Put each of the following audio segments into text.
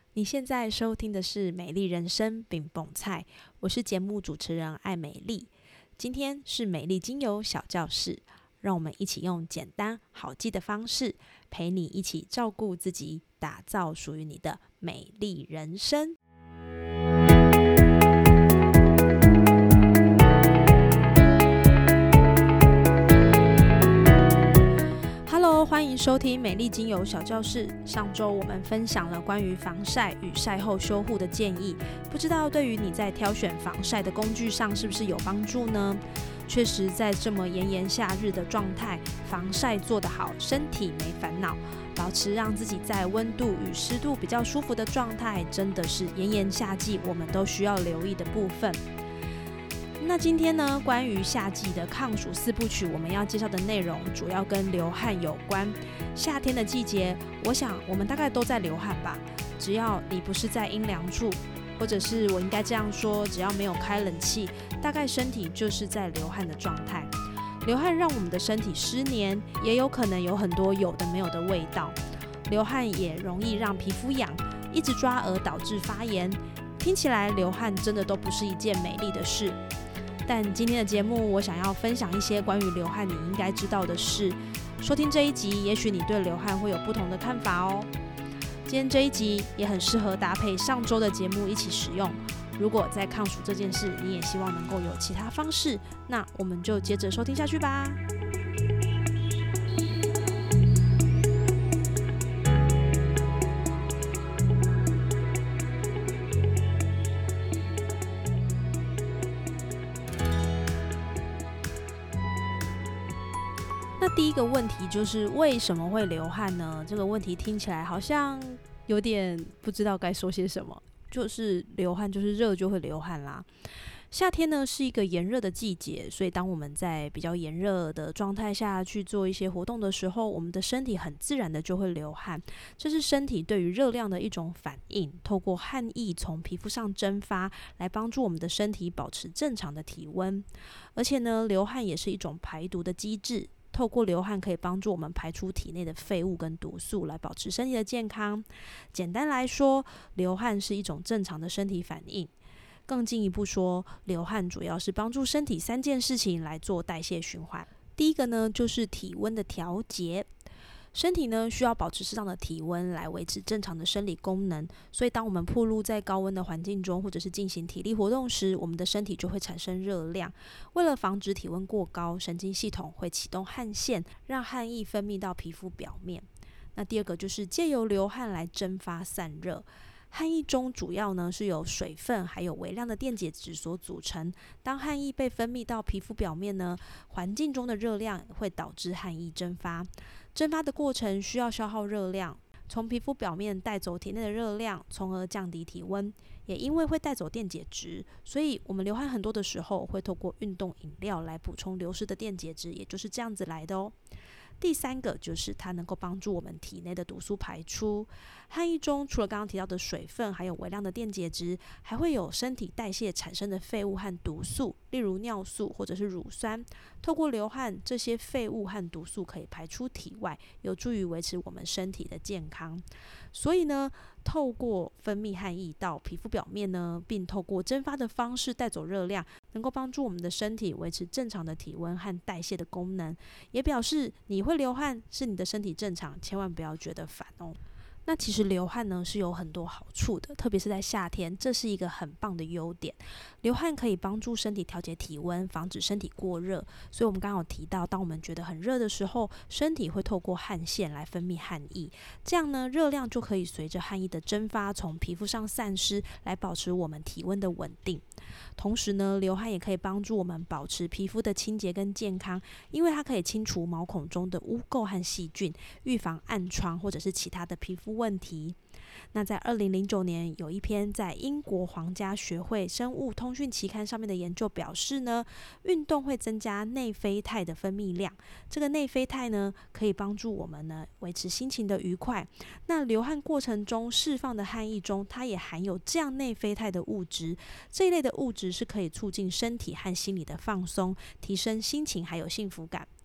你现在收听的是美丽人生饼蹦菜，我是节目主持人艾美丽。今天是美丽精油小教室，让我们一起用简单好记的方式，陪你一起照顾自己，打造属于你的美丽人生。Hello， 欢迎收听美丽精油小教室。上周我们分享了关于防晒与晒后修护的建议，不知道对于你在挑选防晒的工具上是不是有帮助呢？确实，在这么炎炎夏日的状态，防晒做得好，身体没烦恼，保持让自己在温度与湿度比较舒服的状态，真的是炎炎夏季我们都需要留意的部分。那今天呢，关于夏季的抗暑四部曲，我们要介绍的内容主要跟流汗有关。夏天的季节，我想我们大概都在流汗吧，只要你不是在阴凉处，或者是我应该这样说，只要没有开冷气，大概身体就是在流汗的状态。流汗让我们的身体湿黏，也有可能有很多有的没有的味道。流汗也容易让皮肤痒，一直抓而导致发炎。听起来流汗真的都不是一件美丽的事。但今天的节目，我想要分享一些关于流汗你应该知道的事。收听这一集，也许你对流汗会有不同的看法哦。今天这一集也很适合搭配上周的节目一起使用。如果在抗暑这件事，你也希望能够有其他方式，那我们就接着收听下去吧。那第一个问题就是为什么会流汗呢？这个问题听起来好像有点不知道该说些什么。就是流汗就是热就会流汗啦。夏天呢是一个炎热的季节，所以当我们在比较炎热的状态下去做一些活动的时候，我们的身体很自然的就会流汗。这是身体对于热量的一种反应，透过汗液从皮肤上蒸发，来帮助我们的身体保持正常的体温。而且呢，流汗也是一种排毒的机制。透过流汗可以帮助我们排出体内的废物跟毒素，来保持身体的健康。简单来说，流汗是一种正常的身体反应。更进一步说，流汗主要是帮助身体3件事情来做代谢循环。第一个呢，就是体温的调节。身体呢需要保持适当的体温来维持正常的生理功能，所以当我们暴露在高温的环境中，或者是进行体力活动时，我们的身体就会产生热量。为了防止体温过高，神经系统会启动汗腺，让汗液分泌到皮肤表面。那第二个就是借由流汗来蒸发散热。汗液中主要呢是由水分还有微量的电解质所组成。当汗液被分泌到皮肤表面呢，环境中的热量会导致汗液蒸发。蒸发的过程需要消耗热量，从皮肤表面带走体内的热量，从而降低体温。也因为会带走电解质，所以我们流汗很多的时候会透过运动饮料来补充流失的电解质，也就是这样子来的哦。第三个就是它能够帮助我们体内的毒素排出。汗液中除了刚刚提到的水分，还有微量的电解质，还会有身体代谢产生的废物和毒素，例如尿素或者是乳酸。透过流汗，这些废物和毒素可以排出体外，有助于维持我们身体的健康。所以呢，透过分泌汗液到皮肤表面呢，并透过蒸发的方式带走热量，能够帮助我们的身体维持正常的体温和代谢的功能，也表示你会流汗是你的身体正常，千万不要觉得烦哦。那其实流汗呢是有很多好处的，特别是在夏天，这是一个很棒的优点。流汗可以帮助身体调节体温，防止身体过热。所以我们刚刚有提到，当我们觉得很热的时候，身体会透过汗腺来分泌汗液，这样呢，热量就可以随着汗液的蒸发从皮肤上散失，来保持我们体温的稳定。同时呢，流汗也可以帮助我们保持皮肤的清洁跟健康，因为它可以清除毛孔中的污垢和细菌，预防暗疮或者是其他的皮肤问题。那在2009年有一篇在英国皇家学会生物通讯期刊上面的研究表示呢，运动会增加内啡肽的分泌量。这个内啡肽呢，可以帮助我们呢维持心情的愉快。那流汗过程中释放的汗液中，它也含有这样内啡肽的物质。这一类的物质是可以促进身体和心理的放松，提升心情还有幸福感。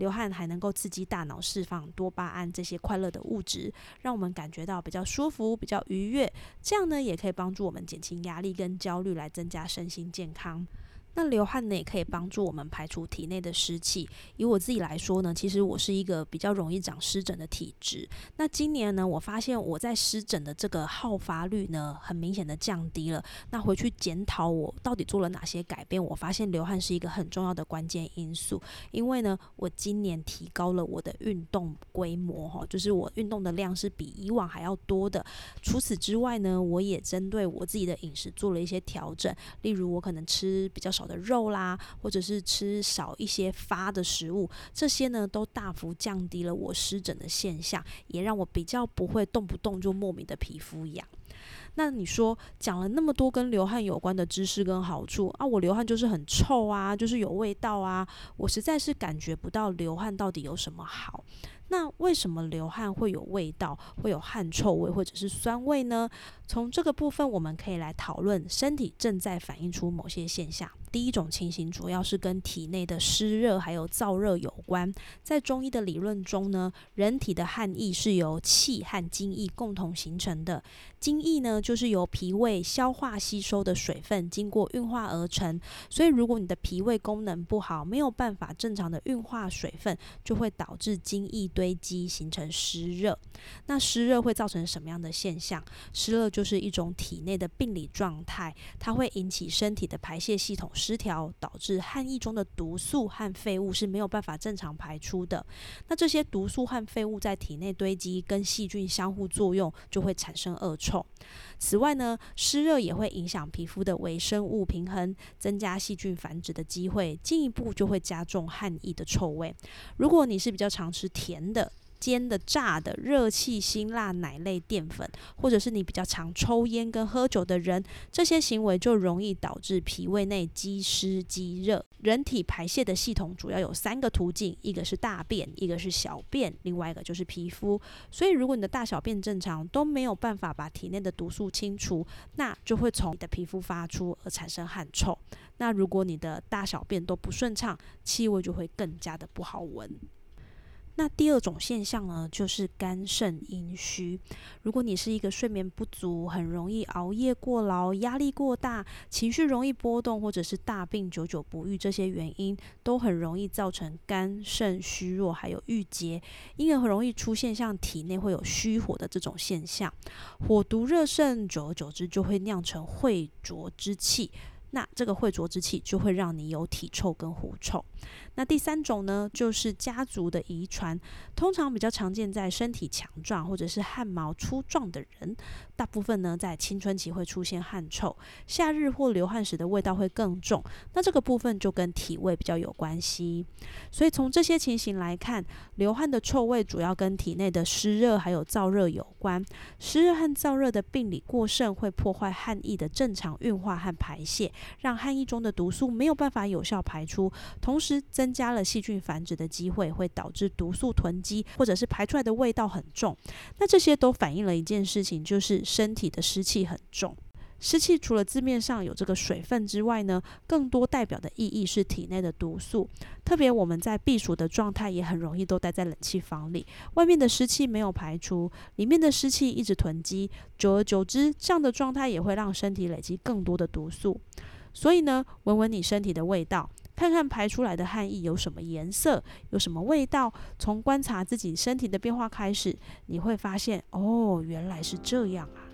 流汗还能够刺激大脑释放多巴胺这些快乐的物质，让我们感觉到比较舒服、比较愉悦。这样呢，也可以帮助我们减轻压力跟焦虑，来增加身心健康。那流汗呢，也可以帮助我们排除体内的湿气。以我自己来说呢，其实我是一个比较容易长湿疹的体质。那今年呢，我发现我在湿疹的这个好发率呢，很明显的降低了。那回去检讨我到底做了哪些改变，我发现流汗是一个很重要的关键因素。因为呢，我今年提高了我的运动规模，就是我运动的量是比以往还要多的。除此之外呢，我也针对我自己的饮食做了一些调整，例如我可能吃比较少的肉啦，或者是吃少一些发的食物，这些呢都大幅降低了我湿疹的现象，也让我比较不会动不动就莫名的皮肤痒。那你说讲了那么多跟流汗有关的知识跟好处啊，我流汗就是很臭啊，就是有味道啊，我实在是感觉不到流汗到底有什么好。那为什么流汗会有味道，会有汗臭味或者是酸味呢？从这个部分我们可以来讨论身体正在反映出某些现象。第一种情形主要是跟体内的湿热还有燥热有关。在中医的理论中呢，人体的汗液是由气和津液共同形成的。津液呢，就是由脾胃消化吸收的水分经过运化而成。所以如果你的脾胃功能不好，没有办法正常的运化水分，就会导致津液堆积形成湿热。那湿热会造成什么样的现象？湿热就是一种体内的病理状态，它会引起身体的排泄系统失调，导致汗液中的毒素和废物是没有办法正常排出的。那这些毒素和废物在体内堆积，跟细菌相互作用，就会产生恶臭。此外呢，湿热也会影响皮肤的微生物平衡，增加细菌繁殖的机会，进一步就会加重汗液的臭味。如果你是比较常吃甜的、煎的、炸的、热气辛辣奶类淀粉，或者是你比较常抽烟跟喝酒的人，这些行为就容易导致脾胃内积湿积热。人体排泄的系统主要有3个途径，一个是大便，一个是小便，另外一个就是皮肤。所以如果你的大小便正常，都没有办法把体内的毒素清除，那就会从你的皮肤发出而产生汗臭。那如果你的大小便都不顺畅，气味就会更加的不好闻。那第二种现象呢，就是肝肾阴虚。如果你是一个睡眠不足，很容易熬夜过劳、压力过大、情绪容易波动，或者是大病久久不愈，这些原因都很容易造成肝肾虚弱，还有郁结，因而很容易出现像体内会有虚火的这种现象。火毒热盛，久而久之就会酿成秽浊之气。那这个秽浊之气就会让你有体臭跟狐臭。那第3种呢，就是家族的遗传，通常比较常见在身体强壮或者是汗毛粗壮的人，大部分呢在青春期会出现汗臭，夏日或流汗时的味道会更重。那这个部分就跟体味比较有关系。所以从这些情形来看，流汗的臭味主要跟体内的湿热还有燥热有关。湿热和燥热的病理过剩会破坏汗液的正常运化和排泄，让汗液中的毒素没有办法有效排出，同时增加了细菌繁殖的机会，会导致毒素囤积，或者是排出来的味道很重。那这些都反映了一件事情，就是身体的湿气很重。湿气除了字面上有这个水分之外呢，更多代表的意义是体内的毒素。特别我们在避暑的状态也很容易都待在冷气房里，外面的湿气没有排出，里面的湿气一直囤积，久而久之，这样的状态也会让身体累积更多的毒素。所以呢，闻闻你身体的味道，看看排出来的汗液有什么颜色，有什么味道，从观察自己身体的变化开始，你会发现，哦，原来是这样啊。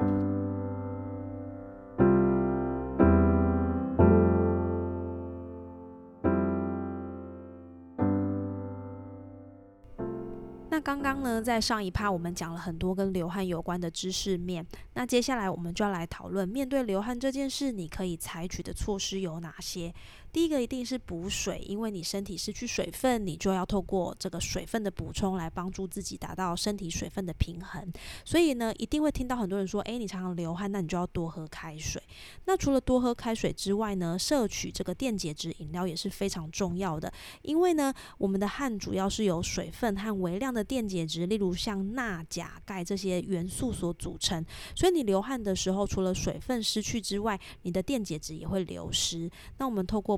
那刚刚呢，在上一趴我们讲了很多跟流汗有关的知识面，那接下来我们就要来讨论，面对流汗这件事，你可以采取的措施有哪些？第一个一定是补水，因为你身体失去水分，你就要透过这个水分的补充来帮助自己达到身体水分的平衡。所以呢，一定会听到很多人说，你常常流汗，那你就要多喝开水。那除了多喝开水之外呢，摄取这个电解质饮料也是非常重要的，因为呢，我们的汗主要是由水分和微量的电解质，例如像钠、钾、钙这些元素所组成。所以你流汗的时候，除了水分失去之外，你的电解质也会流失。那我们透过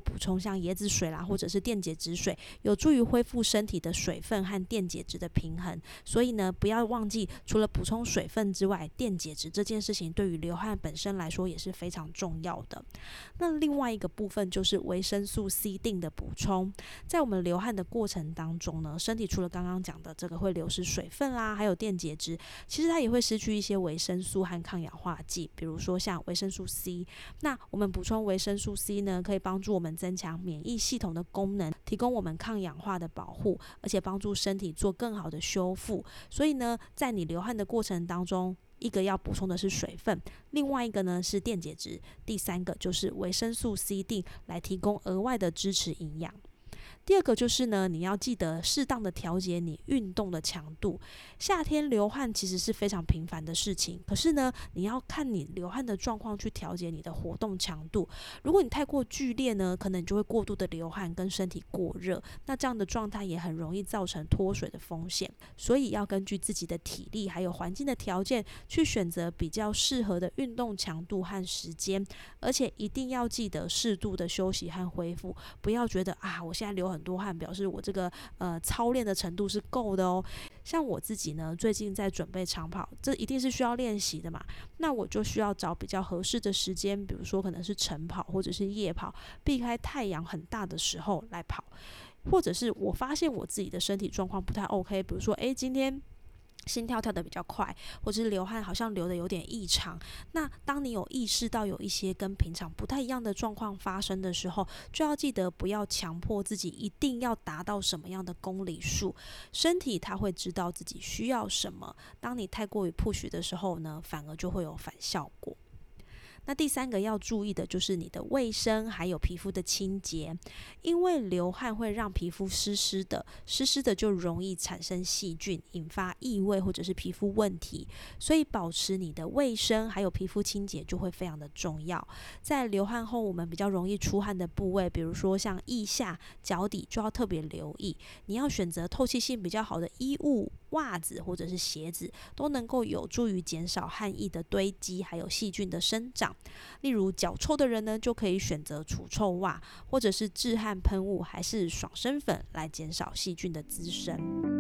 补充像椰子水啦，或者是电解质水，有助于恢复身体的水分和电解质的平衡。所以呢，不要忘记除了补充水分之外，电解质这件事情对于流汗本身来说也是非常重要的。那另外一个部分就是维生素 C 锭的补充。在我们流汗的过程当中呢，身体除了刚刚讲的这个会流失水分啦，还有电解质，其实它也会失去一些维生素和抗氧化剂，比如说像维生素 C。那我们补充维生素 C 呢，可以帮助我们增强免疫系统的功能，提供我们抗氧化的保护，而且帮助身体做更好的修复。所以呢，在你流汗的过程当中，一个要补充的是水分，另外一个呢是电解质，第三个就是维生素 C 锭来提供额外的支持营养。第二个就是呢，你要记得适当的调节你运动的强度。夏天流汗其实是非常频繁的事情，可是呢，你要看你流汗的状况去调节你的活动强度。如果你太过剧烈呢，可能你就会过度的流汗跟身体过热，那这样的状态也很容易造成脱水的风险。所以要根据自己的体力还有环境的条件去选择比较适合的运动强度和时间，而且一定要记得适度的休息和恢复，不要觉得我现在流很多汗，表示我这个操练的程度是够的哦。像我自己呢，最近在准备长跑，这一定是需要练习的嘛，那我就需要找比较合适的时间，比如说可能是晨跑或者是夜跑，避开太阳很大的时候来跑。或者是我发现我自己的身体状况不太 OK， 比如说今天心跳跳得比较快，或者是流汗好像流得有点异常，那当你有意识到有一些跟平常不太一样的状况发生的时候，就要记得不要强迫自己一定要达到什么样的公里数，身体它会知道自己需要什么，当你太过于 push 的时候呢，反而就会有反效果。那第三个要注意的就是你的卫生还有皮肤的清洁，因为流汗会让皮肤湿湿的，湿湿的就容易产生细菌，引发异味或者是皮肤问题，所以保持你的卫生还有皮肤清洁就会非常的重要。在流汗后我们比较容易出汗的部位，比如说像腋下、脚底，就要特别留意，你要选择透气性比较好的衣物、袜子或者是鞋子，都能够有助于减少汗液的堆积还有细菌的生长。例如脚臭的人呢，就可以选择除臭袜，或者是止汗喷雾，还是爽身粉来减少细菌的滋生。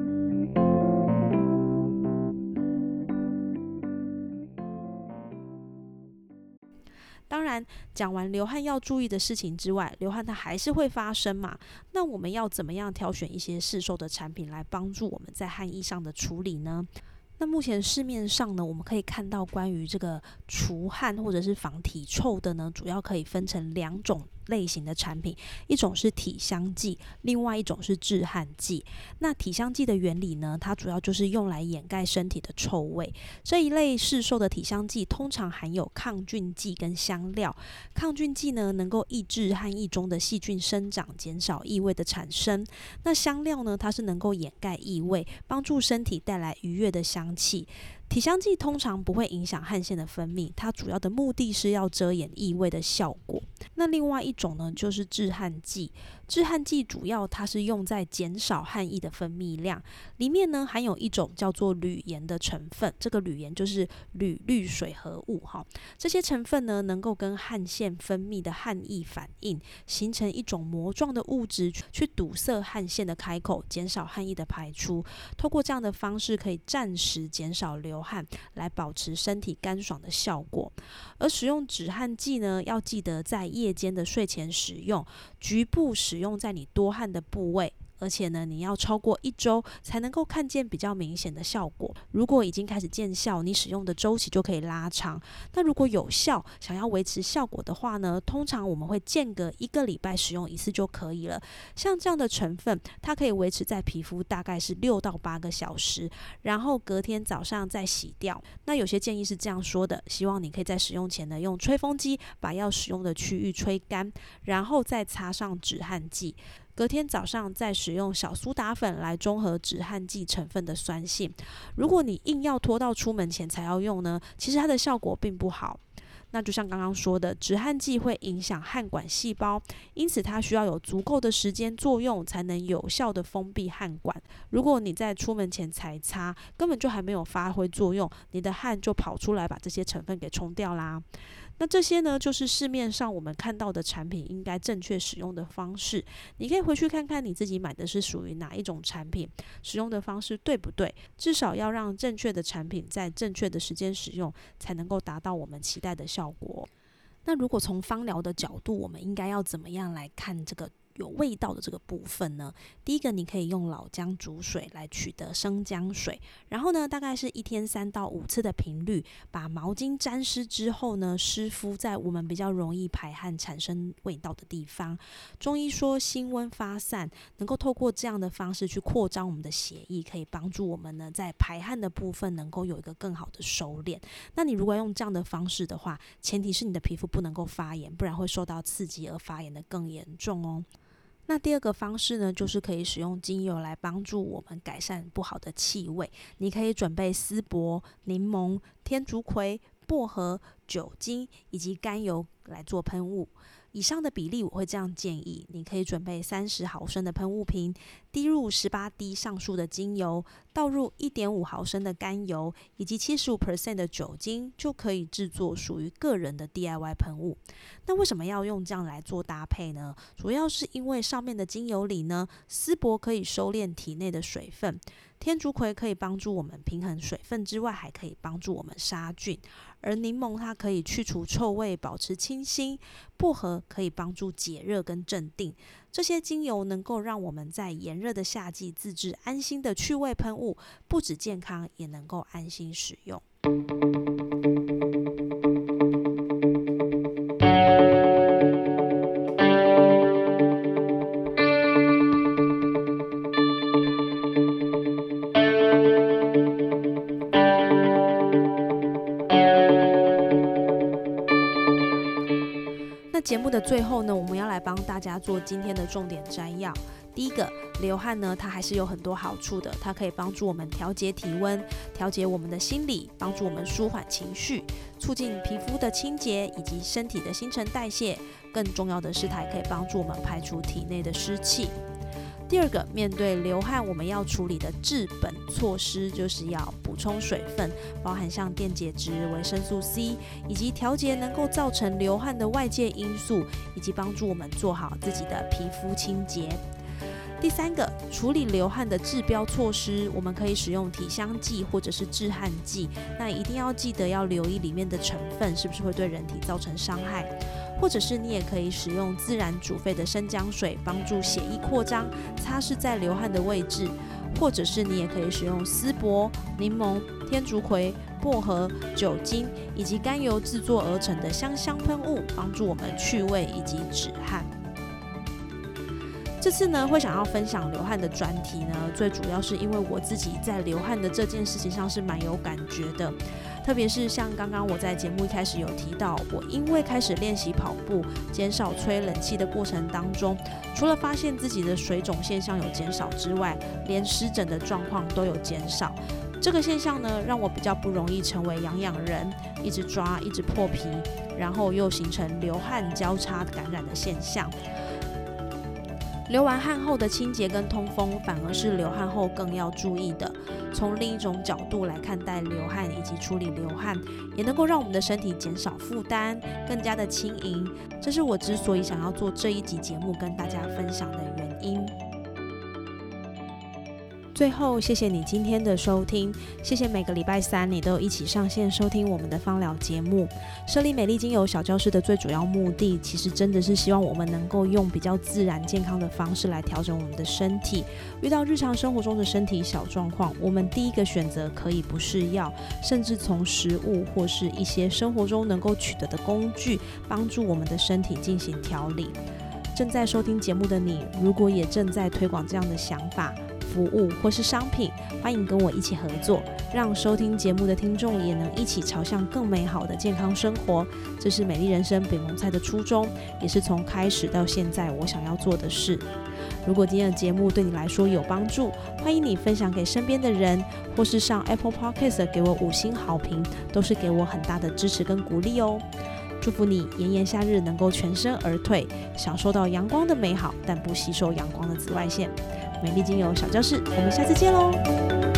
当然，讲完流汗要注意的事情之外，流汗它还是会发生嘛。那我们要怎么样挑选一些市售的产品来帮助我们在汗液上的处理呢？那目前市面上呢，我们可以看到关于这个除汗或者是防体臭的呢，主要可以分成两种类型的产品，一种是体香剂，另外一种是止汗剂。那体香剂的原理呢，它主要就是用来掩盖身体的臭味。这一类市售的体香剂通常含有抗菌剂跟香料。抗菌剂呢，能够抑制汗液中的细菌生长，减少异味的产生。那香料呢，它是能够掩盖异味，帮助身体带来愉悦的香气。体香剂通常不会影响汗腺的分泌，它主要的目的是要遮掩异味的效果。那另外一种呢，就是止汗剂。止汗剂主要它是用在减少汗液的分泌量，里面呢含有一种叫做铝盐的成分，这个铝盐就是铝氯水合物哈。这些成分呢能够跟汗腺分泌的汗液反应，形成一种膜状的物质，去堵塞汗腺的开口，减少汗液的排出。透过这样的方式，可以暂时减少流汗，来保持身体干爽的效果。而使用止汗剂呢，要记得在夜间的睡前使用，局部使用在你多汗的部位，而且呢，你要超过1周才能够看见比较明显的效果。如果已经开始见效，你使用的周期就可以拉长。那如果有效，想要维持效果的话呢，通常我们会间隔1个礼拜使用1次就可以了。像这样的成分，它可以维持在皮肤大概是6到8个小时，然后隔天早上再洗掉。那有些建议是这样说的，希望你可以在使用前呢，用吹风机把要使用的区域吹干，然后再擦上止汗剂。隔天早上再使用小苏打粉来中和止汗剂成分的酸性。如果你硬要拖到出门前才要用呢，其实它的效果并不好。 那就像刚刚说的，止汗剂会影响汗管细胞，因此它需要有足够的时间作用，才能有效的封闭汗管。如果你在出门前才擦，根本就还没有发挥作用，你的汗就跑出来把这些成分给冲掉啦。那这些呢，就是市面上我们看到的产品应该正确使用的方式。你可以回去看看你自己买的是属于哪一种产品，使用的方式对不对，至少要让正确的产品在正确的时间使用，才能够达到我们期待的效果。那如果从芳疗的角度，我们应该要怎么样来看这个有味道的这个部分呢？第一个，你可以用老姜煮水来取得生姜水，然后呢，大概是1天3到5次的频率，把毛巾沾湿之后呢，湿敷在我们比较容易排汗产生味道的地方。中医说辛温发散，能够透过这样的方式去扩张我们的血液，可以帮助我们呢在排汗的部分能够有一个更好的收敛。那你如果用这样的方式的话，前提是你的皮肤不能够发炎，不然会受到刺激而发炎的更严重哦。那第二个方式呢，就是可以使用精油来帮助我们改善不好的气味。你可以准备丝柏、柠檬、天竺葵、薄荷、酒精以及甘油来做喷雾。以上的比例我会这样建议，你可以准备30毫升的喷雾瓶，滴入18滴上述的精油，倒入1.5毫升的甘油以及75% 的酒精，就可以制作属于个人的 DIY 喷雾。那为什么要用这样来做搭配呢？主要是因为上面的精油里呢，丝柏可以收敛体内的水分，天竺葵可以帮助我们平衡水分之外，还可以帮助我们杀菌，而柠檬它可以去除臭味，保持清新，薄荷可以帮助解热跟镇定。这些精油能够让我们在炎热的夏季自制安心的去味喷雾，不止健康，也能够安心使用。那节目的最后呢，我们要来帮大家做今天的重点摘要。第一个，流汗呢，它还是有很多好处的，它可以帮助我们调节体温，调节我们的心理，帮助我们舒缓情绪，促进皮肤的清洁以及身体的新陈代谢。更重要的是，它也可以帮助我们排除体内的湿气。第二个，面对流汗，我们要处理的治本措施就是要补充水分，包含像电解质、维生素 C， 以及调节能够造成流汗的外界因素，以及帮助我们做好自己的皮肤清洁。第三个，处理流汗的治标措施，我们可以使用体香剂或者是制汗剂，那一定要记得要留意里面的成分是不是会对人体造成伤害，或者是你也可以使用自然煮沸的生姜水，帮助血液扩张，擦拭在流汗的位置，或者是你也可以使用丝柏、柠檬、天竺葵、薄荷、酒精以及甘油制作而成的香喷雾，帮助我们去味以及止汗。这次呢，会想要分享流汗的专题呢，最主要是因为我自己在流汗的这件事情上是蛮有感觉的，特别是像刚刚我在节目一开始有提到，我因为开始练习跑步，减少吹冷气的过程当中，除了发现自己的水肿现象有减少之外，连湿疹的状况都有减少。这个现象呢，让我比较不容易成为痒痒人，一直抓，一直破皮，然后又形成流汗交叉感染的现象。流完汗后的清洁跟通风，反而是流汗后更要注意的。从另一种角度来看待流汗以及处理流汗，也能够让我们的身体减少负担，更加的轻盈。这是我之所以想要做这一集节目跟大家分享的原因。最后，谢谢你今天的收听，谢谢每个礼拜三你都有一起上线收听我们的芳疗节目。设立美丽精油小教室的最主要目的，其实真的是希望我们能够用比较自然健康的方式来调整我们的身体。遇到日常生活中的身体小状况，我们第一个选择可以不是药，甚至从食物或是一些生活中能够取得的工具，帮助我们的身体进行调理。正在收听节目的你，如果也正在推广这样的想法、服务或是商品，欢迎跟我一起合作，让收听节目的听众也能一起朝向更美好的健康生活。这是美丽人生饼蒙菜的初衷，也是从开始到现在我想要做的事。如果今天的节目对你来说有帮助，欢迎你分享给身边的人，或是上 Apple Podcast 给我5星好评，都是给我很大的支持跟鼓励哦。 祝福你炎炎夏日能够全身而退，享受到阳光的美好，但不吸收阳光的紫外线。美丽精油小教室，我们下次见喽。